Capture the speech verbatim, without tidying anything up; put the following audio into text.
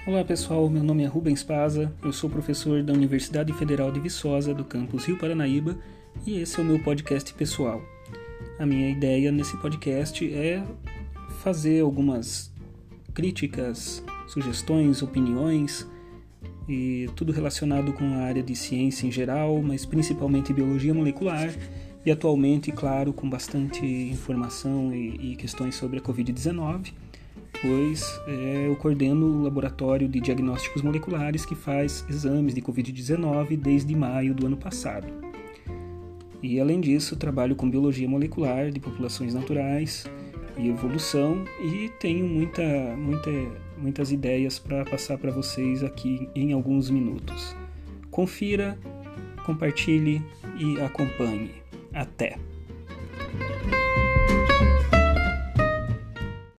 Olá pessoal, meu nome é Rubens Paza, eu sou professor da Universidade Federal de Viçosa, do campus Rio Paranaíba, e esse é o meu podcast pessoal. A minha ideia nesse podcast é fazer algumas críticas, sugestões, opiniões, e tudo relacionado com a área de ciência em geral, mas principalmente biologia molecular, e atualmente, claro, com bastante informação e, e questões sobre a covid dezenove, pois é, eu coordeno o laboratório de diagnósticos moleculares que faz exames de covid dezenove desde maio do ano passado. E além disso, trabalho com biologia molecular de populações naturais e evolução e tenho muita, muita, muitas ideias para passar para vocês aqui em alguns minutos. Confira, compartilhe e acompanhe. Até!